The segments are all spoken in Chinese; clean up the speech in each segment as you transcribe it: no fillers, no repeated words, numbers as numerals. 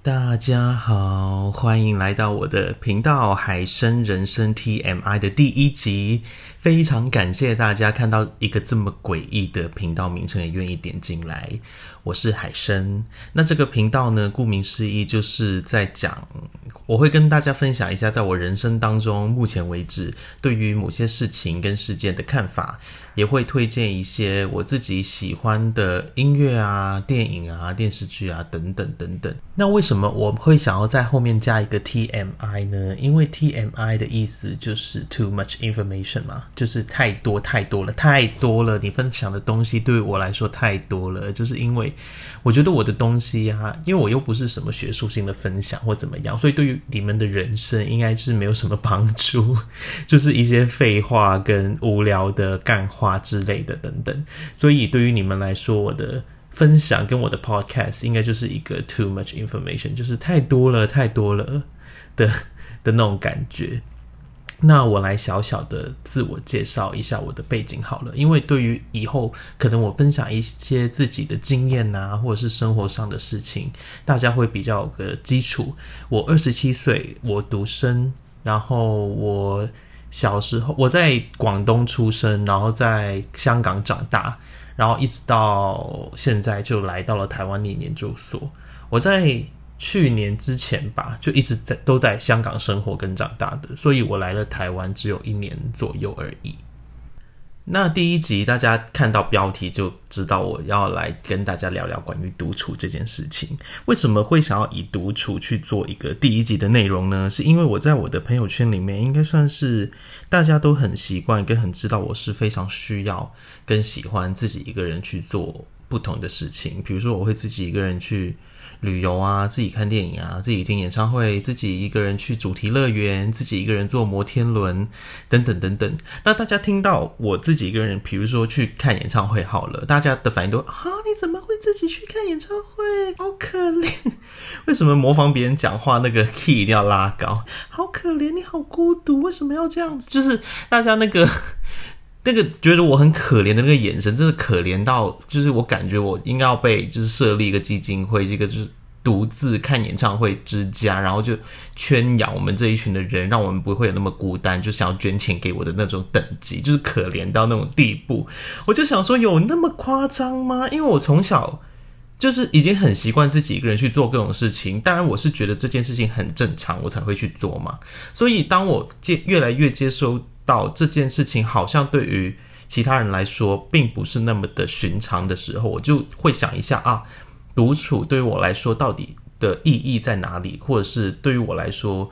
大家好，欢迎来到我的频道海生人生 TMI 的第一集。非常感谢大家看到一个这么诡异的频道名称也愿意点进来。我是海生，那这个频道呢，顾名思义就是在讲，我会跟大家分享一下在我人生当中目前为止对于某些事情跟事件的看法，也会推荐一些我自己喜欢的音乐啊、电影啊、电视剧啊等等等等。那为什么我会想要在后面加一个 TMI 呢？因为 TMI 的意思就是 too much information 嘛，就是太多了，你分享的东西对我来说太多了，就是因为我觉得我的东西啊，因为我又不是什么学术性的分享或怎么样，所以对于你们的人生应该是没有什么帮助，就是一些废话跟无聊的干话之类的等等。所以对于你们来说，我的分享跟我的 podcast 应该就是一个 too much information， 就是太多了的那种感觉。那我来小小的自我介绍一下我的背景好了，因为对于以后可能我分享一些自己的经验啊，或者是生活上的事情，大家会比较有个基础。我27岁，我独生，然后我小时候我在广东出生，然后在香港长大，然后一直到现在就来到了台湾念研究所。我在去年之前吧，就一直都在香港生活跟长大的，所以我来了台湾只有1年左右而已。那第一集大家看到标题就知道我要来跟大家聊聊关于独处这件事情。为什么会想要以独处去做一个第一集的内容呢？是因为我在我的朋友圈里面应该算是大家都很习惯跟很知道我是非常需要跟喜欢自己一个人去做不同的事情。比如说我会自己一个人去旅游啊，自己看电影啊，自己听演唱会，自己一个人去主题乐园，自己一个人坐摩天轮等等等等。那大家听到我自己一个人比如说去看演唱会好了，大家的反应都你怎么会自己去看演唱会，好可怜，为什么模仿别人讲话那个 key 一定要拉高，好可怜，你好孤独，为什么要这样子，就是大家那个觉得我很可怜的那个眼神，真的可怜到就是我感觉我应该要被就是设立一个基金会，这个就是独自看演唱会之家，然后就圈养我们这一群的人，让我们不会有那么孤单，就想要捐钱给我的那种等级，就是可怜到那种地步。我就想说有那么夸张吗？因为我从小就是已经很习惯自己一个人去做各种事情，当然我是觉得这件事情很正常我才会去做嘛。所以当我越来越接收到这件事情好像对于其他人来说并不是那么的寻常的时候，我就会想一下独处对于我来说到底的意义在哪里，或者是对于我来说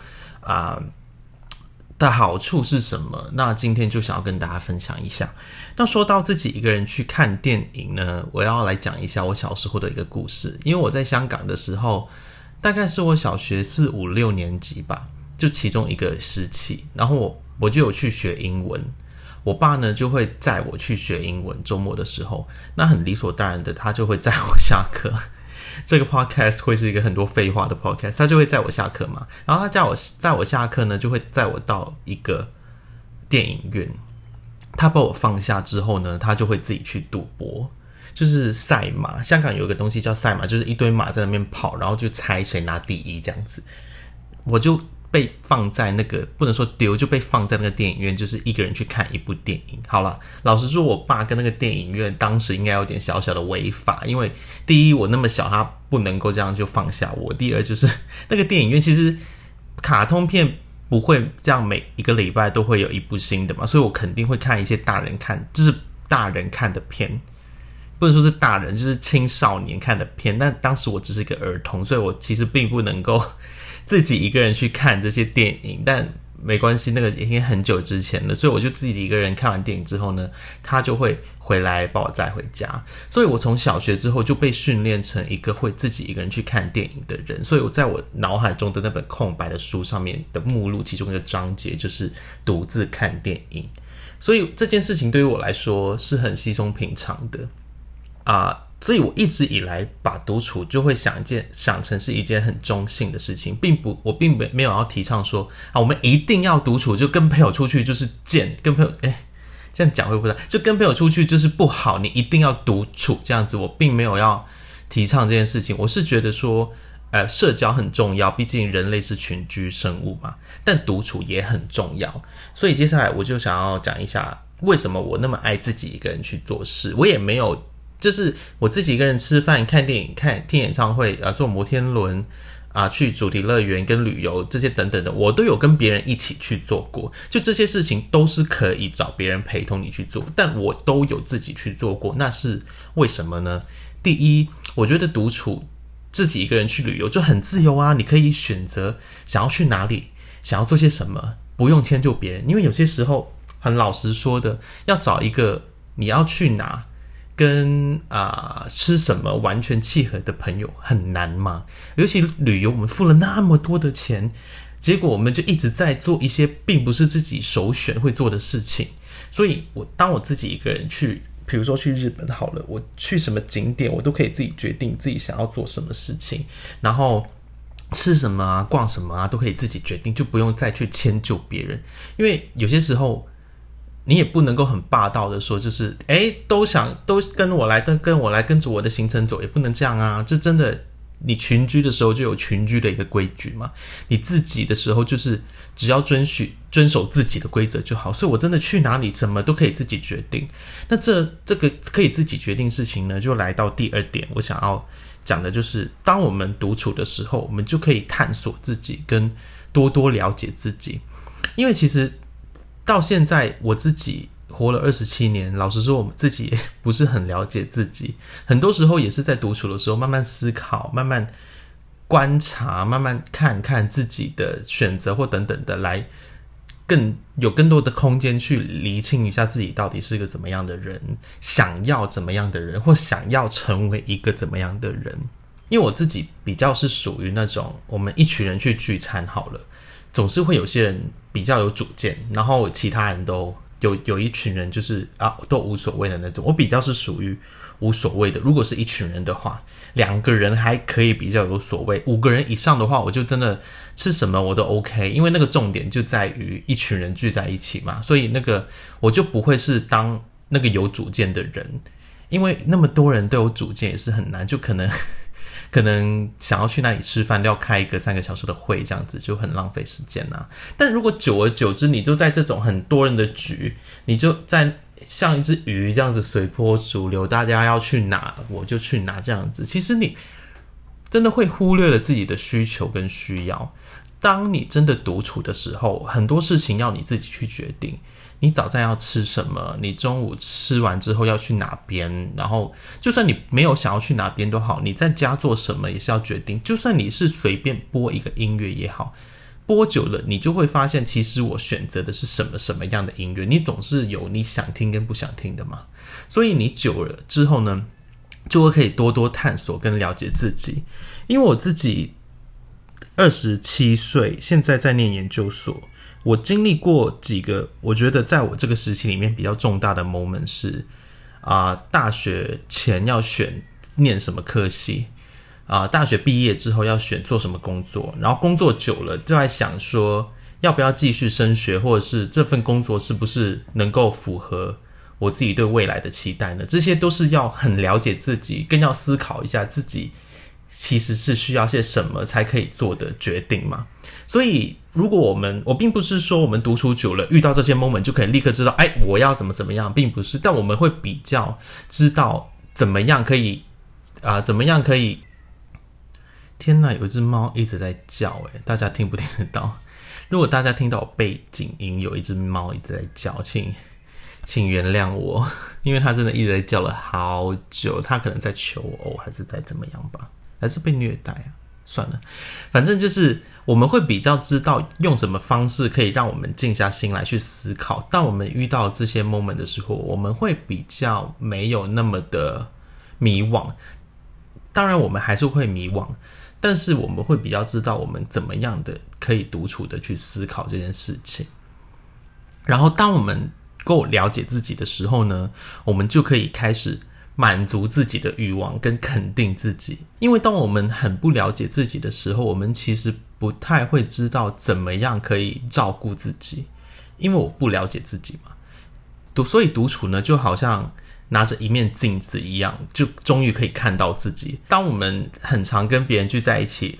的好处是什么。那今天就想要跟大家分享一下。那说到自己一个人去看电影呢，我要来讲一下我小时候的一个故事。因为我在香港的时候大概是我小学4、5、6年级吧，就其中一个时期，然后我就有去学英文，我爸呢就会载我去学英文，周末的时候，那很理所当然的他就会载我下课。这个 podcast 会是一个很多废话的 podcast， 他就会载我下课嘛，然后他载我下课呢，就会载我到一个电影院，他把我放下之后呢，他就会自己去赌博，就是赛马。香港有一个东西叫赛马，就是一堆马在那边跑，然后就猜谁拿第一这样子。我就被放在那个，不能说丢，就被放在那个电影院，就是一个人去看一部电影。好啦，老实说我爸跟那个电影院当时应该有点小小的违法，因为第一我那么小，他不能够这样就放下我，第二就是那个电影院其实卡通片不会这样每一个礼拜都会有一部新的嘛，所以我肯定会看一些大人看，就是大人看的片，不能说是大人，就是青少年看的片。但当时我只是一个儿童，所以我其实并不能够自己一个人去看这些电影，但没关系，那个已经很久之前了，所以我就自己一个人看完电影之后呢，他就会回来把我载回家。所以我从小学之后就被训练成一个会自己一个人去看电影的人，所以我在我脑海中的那本空白的书上面的目录其中一个章节就是独自看电影。所以这件事情对于我来说是很稀松平常的所以我一直以来把独处就会想成是一件很中性的事情，我并没有要提倡说我们一定要独处，就跟朋友出去就是贱，跟朋友这样讲会不会就跟朋友出去就是不好，你一定要独处这样子，我并没有要提倡这件事情。我是觉得说社交很重要，毕竟人类是群居生物嘛，但独处也很重要。所以接下来我就想要讲一下为什么我那么爱自己一个人去做事。我也没有就是我自己一个人吃饭、看电影、听演唱会坐摩天轮去主题乐园跟旅游这些等等的，我都有跟别人一起去做过。就这些事情都是可以找别人陪同你去做，但我都有自己去做过。那是为什么呢？第一，我觉得独处自己一个人去旅游就很自由啊，你可以选择想要去哪里，想要做些什么，不用迁就别人。因为有些时候很老实说的，要找一个你要去哪跟吃什么完全契合的朋友很难嘛。尤其旅游我们付了那么多的钱，结果我们就一直在做一些并不是自己首选会做的事情。所以当我自己一个人去，比如说去日本好了，我去什么景点我都可以自己决定自己想要做什么事情，然后吃什么逛什么都可以自己决定，就不用再去迁就别人。因为有些时候你也不能够很霸道的说，就是都跟我来跟着我的行程走，也不能这样啊。这真的，你群居的时候就有群居的一个规矩嘛，你自己的时候就是只要遵守自己的规则就好。所以我真的去哪里什么都可以自己决定。那这个可以自己决定事情呢，就来到第二点我想要讲的，就是当我们独处的时候，我们就可以探索自己跟多多了解自己。因为其实到现在我自己活了27年，老实说我们自己也不是很了解自己，很多时候也是在独处的时候慢慢思考，慢慢观察，慢慢看看自己的选择或等等的，来有更多的空间去厘清一下自己到底是个怎么样的人，想要怎么样的人，或想要成为一个怎么样的人。因为我自己比较是属于那种，我们一群人去聚餐好了，总是会有些人比较有主见，然后其他人都有一群人就是都无所谓的那种。我比较是属于无所谓的。如果是一群人的话，2个人还可以比较有所谓，5个人以上的话，我就真的吃什么我都 OK。因为那个重点就在于一群人聚在一起嘛，所以那个我就不会是当那个有主见的人。因为那么多人都有主见也是很难，就可能想要去那里吃饭，要开一个3个小时的会，这样子就很浪费时间啊。但如果久而久之，你就在这种很多人的局，你就在像一只鱼这样子随波逐流，大家要去哪我就去哪这样子，其实你真的会忽略了自己的需求跟需要。当你真的独处的时候，很多事情要你自己去决定。你早餐要吃什么，你中午吃完之后要去哪边，然后就算你没有想要去哪边都好，你在家做什么也是要决定。就算你是随便播一个音乐也好，播久了你就会发现，其实我选择的是什么样的音乐。你总是有你想听跟不想听的嘛，所以你久了之后呢，就会可以多多探索跟了解自己。因为我自己27岁，现在在念研究所，我经历过几个我觉得在我这个时期里面比较重大的 moment 是大学前要选念什么科系，大学毕业之后要选做什么工作，然后工作久了就在想说要不要继续升学，或者是这份工作是不是能够符合我自己对未来的期待呢？这些都是要很了解自己，更要思考一下自己其实是需要些什么才可以做的决定嘛。所以如果我并不是说我们独处久了遇到这些 moment 就可以立刻知道我要怎么样，并不是。但我们会比较知道怎么样可以天哪，有一只猫一直在叫大家听不听得到？如果大家听到我背景音有一只猫一直在叫，请原谅我，因为它真的一直在叫了好久。它可能在求偶还是在怎么样吧，还是被虐待算了，反正就是我们会比较知道用什么方式可以让我们静下心来去思考。当我们遇到这些 moment 的时候，我们会比较没有那么的迷惘。当然我们还是会迷惘，但是我们会比较知道我们怎么样的可以独处的去思考这件事情。然后当我们够了解自己的时候呢，我们就可以开始满足自己的欲望跟肯定自己。因为当我们很不了解自己的时候，我们其实不太会知道怎么样可以照顾自己，因为我不了解自己嘛。所以独处呢，就好像拿着一面镜子一样，就终于可以看到自己。当我们很常跟别人聚在一起，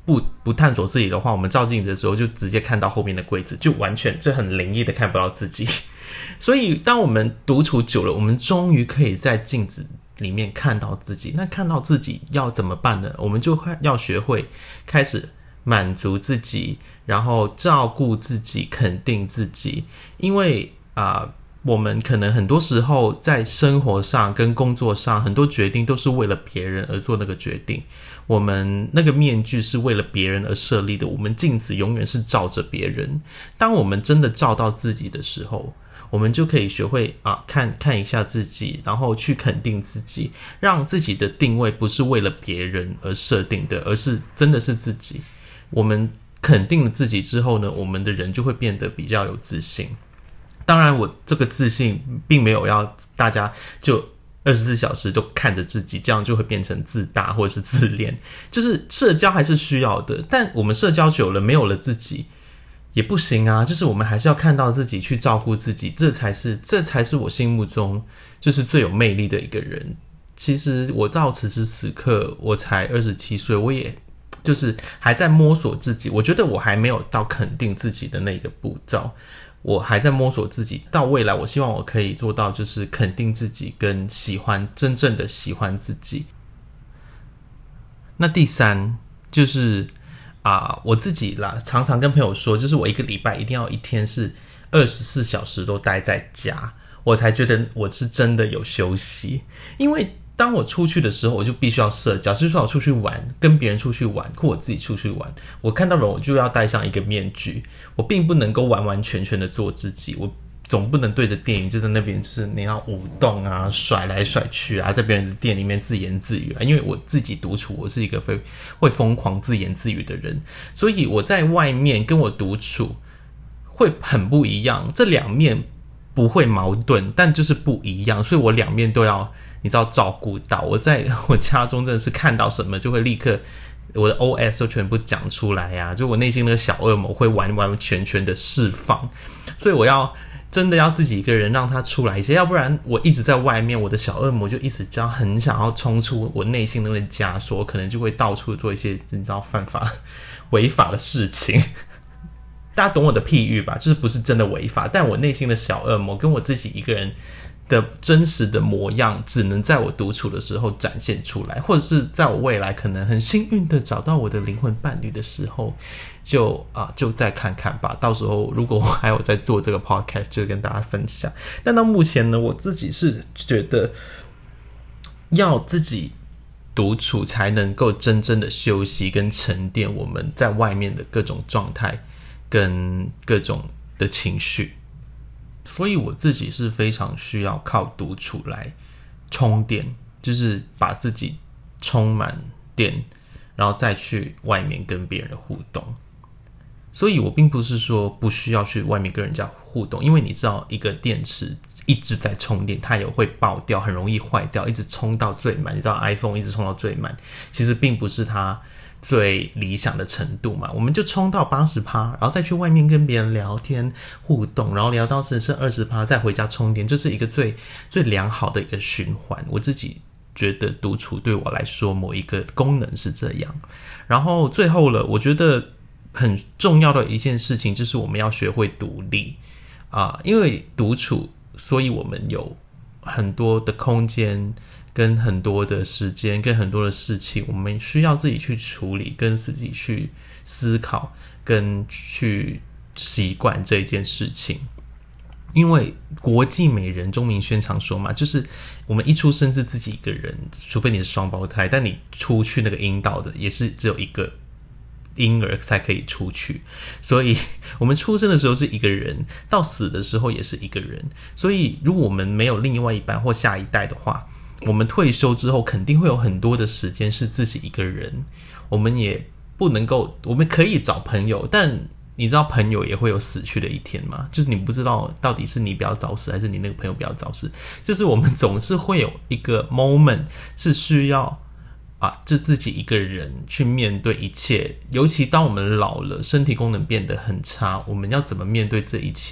不探索自己的话，我们照镜子的时候就直接看到后面的柜子，就完全这很灵异的看不到自己。所以当我们独处久了，我们终于可以在镜子里面看到自己。那看到自己要怎么办呢？我们就要学会开始满足自己，然后照顾自己，肯定自己。因为我们可能很多时候在生活上跟工作上很多决定都是为了别人而做那个决定，我们那个面具是为了别人而设立的，我们镜子永远是照着别人。当我们真的照到自己的时候，我们就可以学会看一下自己，然后去肯定自己，让自己的定位不是为了别人而设定的，而是真的是自己。我们肯定了自己之后呢，我们的人就会变得比较有自信。当然我这个自信并没有要大家就24小时都看着自己，这样就会变成自大或者是自恋。就是社交还是需要的，但我们社交久了没有了自己也不行啊，就是我们还是要看到自己，去照顾自己，这才是我心目中就是最有魅力的一个人。其实我到此时此刻我才27岁，我也就是还在摸索自己，我觉得我还没有到肯定自己的那个步骤，我还在摸索自己。到未来我希望我可以做到就是肯定自己跟真正的喜欢自己。那第三就是我自己啦，常常跟朋友说，就是我一个礼拜一定要一天是24小时都待在家，我才觉得我是真的有休息。因为当我出去的时候，我就必须要社交，就是说我出去玩，跟别人出去玩，或我自己出去玩，我看到人我就要戴上一个面具，我并不能够完完全全的做自己。我总不能对着电影就在那边就是你要舞动啊，甩来甩去啊，在别人的店里面自言自语啊。因为我自己独处，我是一个会疯狂自言自语的人，所以我在外面跟我独处会很不一样。这两面不会矛盾，但就是不一样，所以我两面都要你知道照顾到。我在我家中真的是看到什么就会立刻我的 OS 都全部讲出来啊，就我内心那个小恶魔会完完全全的释放。所以我真的要自己一个人让他出来一些，要不然我一直在外面，我的小恶魔就一直这样很想要冲出我内心那个枷锁，可能就会到处做一些你知道犯法违法的事情。大家懂我的譬喻吧，就是不是真的违法，但我内心的小恶魔跟我自己一个人的真实的模样只能在我独处的时候展现出来，或者是在我未来可能很幸运的找到我的灵魂伴侣的时候就再看看吧。到时候如果我还有在做这个 podcast 就跟大家分享。但到目前呢，我自己是觉得要自己独处才能够真正的休息跟沉淀我们在外面的各种状态跟各种的情绪。所以我自己是非常需要靠独处来充电，就是把自己充满电，然后再去外面跟别人的互动。所以我并不是说不需要去外面跟人家互动，因为你知道一个电池一直在充电，它也会爆掉，很容易坏掉，一直充到最满。你知道 iPhone 一直充到最满，其实并不是它最理想的程度嘛，我们就冲到 80%， 然后再去外面跟别人聊天互动，然后聊到只剩 20%， 再回家充电，这是一个最良好的一个循环。我自己觉得独处对我来说某一个功能是这样。然后最后了，我觉得很重要的一件事情就是我们要学会独立因为独处，所以我们有很多的空间跟很多的时间跟很多的事情，我们需要自己去处理，跟自己去思考，跟去习惯这一件事情。因为国际美人钟明轩常说嘛，就是我们一出生是自己一个人，除非你是双胞胎，但你出去那个阴道的也是只有一个婴儿才可以出去，所以我们出生的时候是一个人，到死的时候也是一个人。所以如果我们没有另外一半或下一代的话，我们退休之后肯定会有很多的时间是自己一个人。我们也不能够，我们可以找朋友，但你知道朋友也会有死去的一天吗？就是你不知道到底是你比较早死还是你那个朋友比较早死，就是我们总是会有一个 moment 是需要就自己一个人去面对一切。尤其当我们老了，身体功能变得很差，我们要怎么面对这一切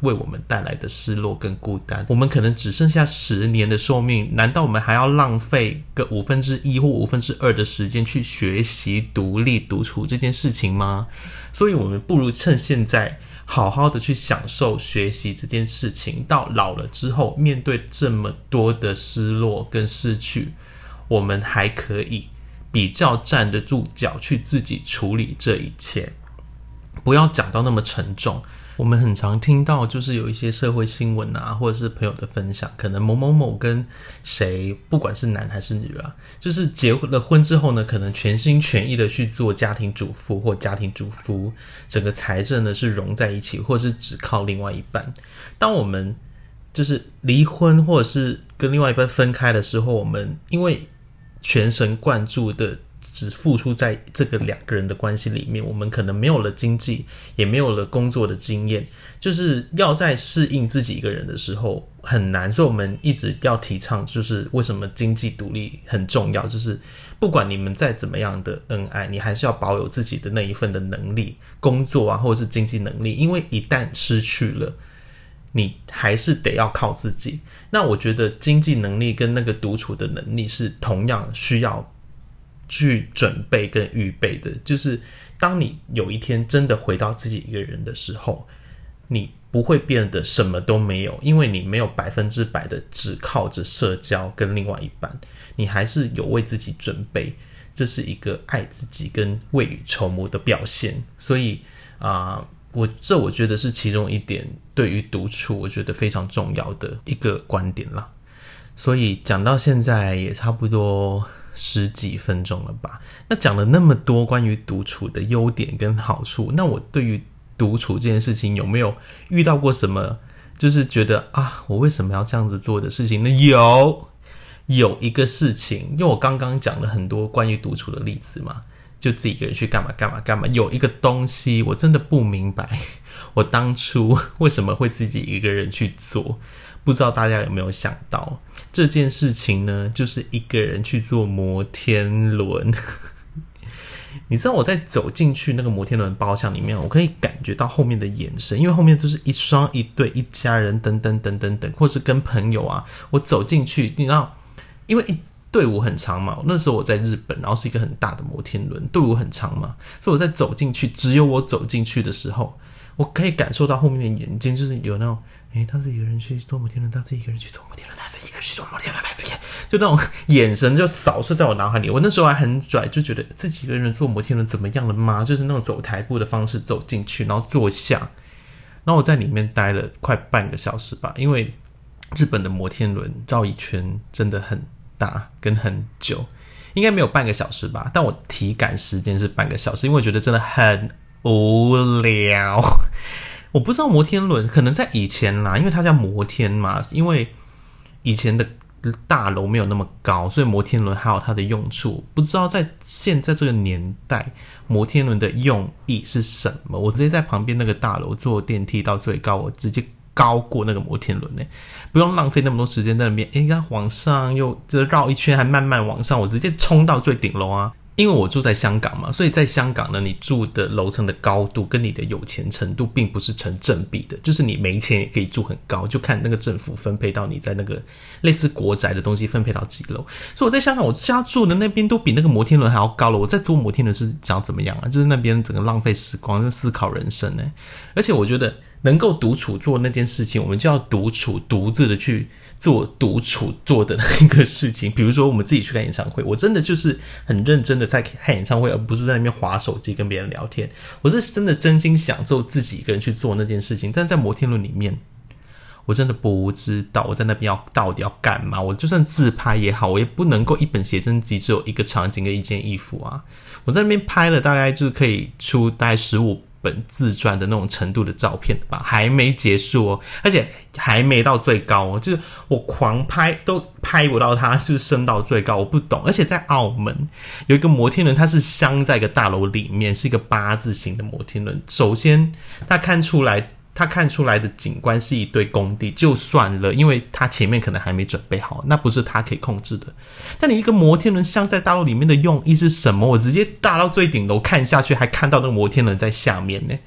为我们带来的失落跟孤单。我们可能只剩下10年的寿命，难道我们还要浪费个1/5或2/5的时间去学习独立独处这件事情吗？所以我们不如趁现在好好的去享受学习这件事情，到老了之后面对这么多的失落跟失去，我们还可以比较站得住脚去自己处理这一切，不要讲到那么沉重。我们很常听到就是有一些社会新闻啊，或者是朋友的分享，可能某某某跟谁，不管是男还是女啊，就是结了婚之后呢，可能全心全意的去做家庭主妇或家庭主夫，整个财政呢是融在一起，或是只靠另外一半。当我们就是离婚或者是跟另外一半分开的时候，我们因为全神贯注的只付出在这个2个人的关系里面，我们可能没有了经济，也没有了工作的经验，就是要在适应自己一个人的时候很难。所以我们一直要提倡，就是为什么经济独立很重要，就是不管你们再怎么样的恩爱，你还是要保有自己的那一份的能力，工作啊或者是经济能力，因为一旦失去了，你还是得要靠自己。那我觉得经济能力跟那个独处的能力是同样需要去准备跟预备的，就是当你有一天真的回到自己一个人的时候，你不会变得什么都没有，因为你没有100%的只靠着社交跟另外一半，你还是有为自己准备，这是一个爱自己跟未雨绸缪的表现。所以我觉得是其中一点对于独处我觉得非常重要的一个观点啦。所以讲到现在也差不多10几分钟了吧，那讲了那么多关于独处的优点跟好处，那我对于独处这件事情有没有遇到过什么就是觉得我为什么要这样子做的事情呢？有一个事情，因为我刚刚讲了很多关于独处的例子嘛，就自己一个人去干嘛干嘛干嘛，有一个东西我真的不明白我当初为什么会自己一个人去做，不知道大家有没有想到这件事情呢？就是一个人去坐摩天轮你知道我在走进去那个摩天轮包厢里面，我可以感觉到后面的眼神，因为后面都是一双一对一家人等等等等等，或是跟朋友啊，我走进去你知道因为队伍很长嘛，那时候我在日本，然后是一个很大的摩天轮，队伍很长嘛，所以我在走进去，只有我走进去的时候，我可以感受到后面的眼睛就是有那种他是一个人去坐摩天轮，他是一个人去坐摩天轮，他是一个人去坐摩天轮，他是一个人，就那种眼神就扫射在我脑海里。我那时候还很拽，就觉得自己一个人坐摩天轮怎么样了吗？就是那种走台步的方式走进去，然后坐下，然后我在里面待了快半个小时吧，因为日本的摩天轮绕一圈真的很大跟很久，应该没有半个小时吧，但我体感时间是半个小时，因为我觉得真的很无聊。我不知道摩天轮可能在以前啦，因为它叫摩天嘛，因为以前的大楼没有那么高，所以摩天轮还有它的用处。不知道在现在这个年代摩天轮的用意是什么。我直接在旁边那个大楼坐电梯到最高，我直接高过那个摩天轮不用浪费那么多时间在那边要往上又绕一圈还慢慢往上，我直接冲到最顶楼啊。因为我住在香港嘛，所以在香港呢，你住的楼层的高度跟你的有钱程度并不是成正比的，就是你没钱也可以住很高，就看那个政府分配到你在那个类似国宅的东西分配到几楼。所以我在香港我家住的那边都比那个摩天轮还要高了，我在坐摩天轮是想要怎么样啊？就是那边整个浪费时光，思考人生而且我觉得能够独处做那件事情，我们就要独处独自的去做独处做的那个事情。比如说我们自己去看演唱会，我真的就是很认真的在看演唱会，而不是在那边滑手机跟别人聊天。我是真的真心享受自己一个人去做那件事情。但在摩天轮里面，我真的不知道我在那边到底要干嘛。我就算自拍也好，我也不能够一本写真集只有一个场景跟一件衣服啊。我在那边拍了大概就是可以出大概15本自传的那种程度的照片吧，还没结束而且还没到最高就是我狂拍都拍不到它，就是升到最高，我不懂。而且在澳门有一个摩天轮，它是镶在一个大楼里面，是一个8字形的摩天轮。首先它看出来的景观是一堆工地就算了，因为它前面可能还没准备好，那不是它可以控制的。但你一个摩天轮镶在大楼里面的用意是什么？我直接大到最顶楼看下去，还看到那个摩天轮在下面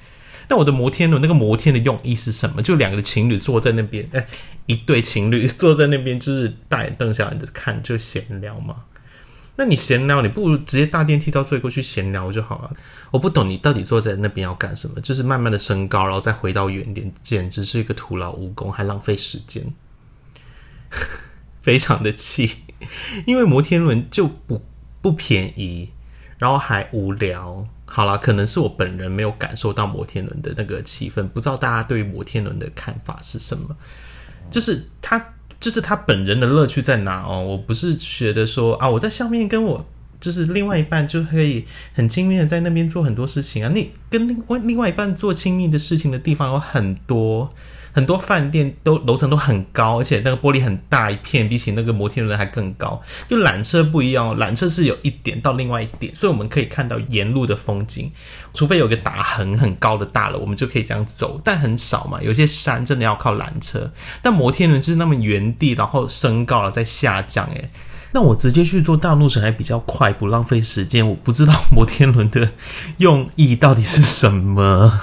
那我的摩天轮那个摩天的用意是什么？就两个情侣坐在那边，一对情侣坐在那边，就是大眼瞪小眼的看，就闲聊嘛。那你闲聊，你不如直接搭电梯到最后去闲聊就好了。我不懂你到底坐在那边要干什么，就是慢慢的升高，然后再回到原点，简直是一个徒劳无功，还浪费时间，非常的气。因为摩天轮就不便宜，然后还无聊。好啦，可能是我本人没有感受到摩天轮的那个气氛，不知道大家对于摩天轮的看法是什么？就是他本人的乐趣在哪哦？我不是觉得说啊，我在上面跟我就是另外一半就可以很亲密的在那边做很多事情啊。你跟另外一半做亲密的事情的地方有很多饭店都楼层都很高，而且那个玻璃很大一片，比起那个摩天轮还更高。就缆车不一样，缆车是有一点到另外一点，所以我们可以看到沿路的风景。除非有个打横很高的大楼，我们就可以这样走，但很少嘛。有些山真的要靠缆车，但摩天轮就是那么原地，然后升高了再下降。那我直接去坐大怒神还比较快，不浪费时间。我不知道摩天轮的用意到底是什么。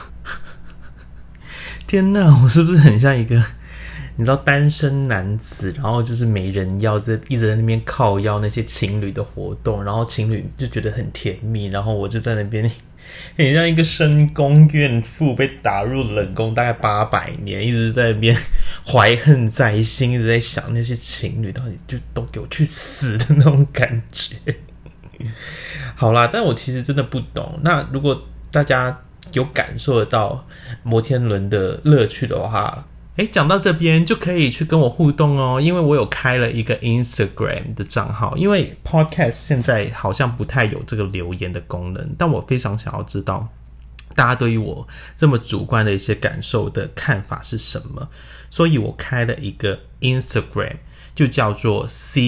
天哪，我是不是很像一个你知道单身男子，然后就是没人要，一直在那边靠腰那些情侣的活动，然后情侣就觉得很甜蜜，然后我就在那边很像一个深宫怨妇被打入冷宫大概800年，一直在那边怀恨在心，一直在想那些情侣到底就都给我去死的那种感觉。好啦，但我其实真的不懂。那如果大家有感受得到摩天轮的乐趣的话，讲到这边就可以去跟我互动哦，因为我有开了一个 Instagram 的账号。因为 Podcast 现在好像不太有这个留言的功能，但我非常想要知道大家对于我这么主观的一些感受的看法是什么，所以我开了一个 Instagram， 就叫做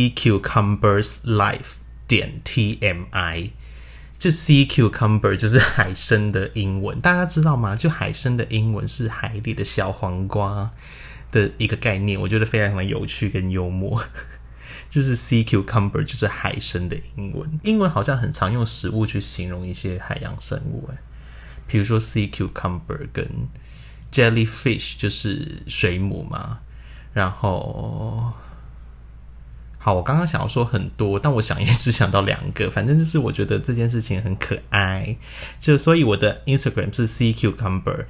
SeaCucumbersLife.tmi。就 Sea Cucumber 就是海参的英文，大家知道吗？就海参的英文是海里的小黄瓜的一个概念，我觉得非常的有趣跟幽默。就是 Sea Cucumber 就是海参的英文，英文好像很常用食物去形容一些海洋生物，比如说 Sea Cucumber 跟 Jellyfish 就是水母嘛，然后好，我刚刚想要说很多，但我想也只想到2个，反正就是我觉得这件事情很可爱，就所以我的 Instagram 是 SeaCucumber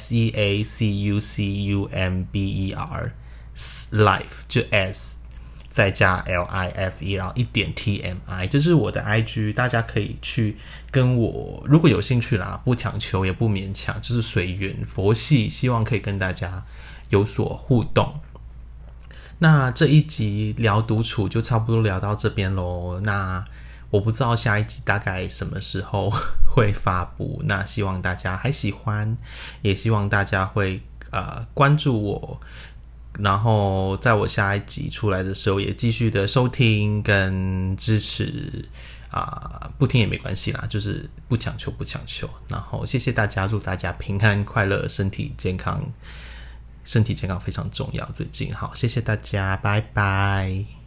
SeaCucumber Life 就 S 再加 LIFE 然后1.TMI， 这是我的 IG， 大家可以去跟我，如果有兴趣啦，不强求也不勉强，就是随缘佛系，希望可以跟大家有所互动。那这一集聊独处就差不多聊到这边咯，那我不知道下一集大概什么时候会发布，那希望大家还喜欢，也希望大家会关注我，然后在我下一集出来的时候也继续的收听跟支持，不听也没关系啦，就是不强求，然后谢谢大家，祝大家平安快乐，身体健康非常重要，最近好，谢谢大家，拜拜。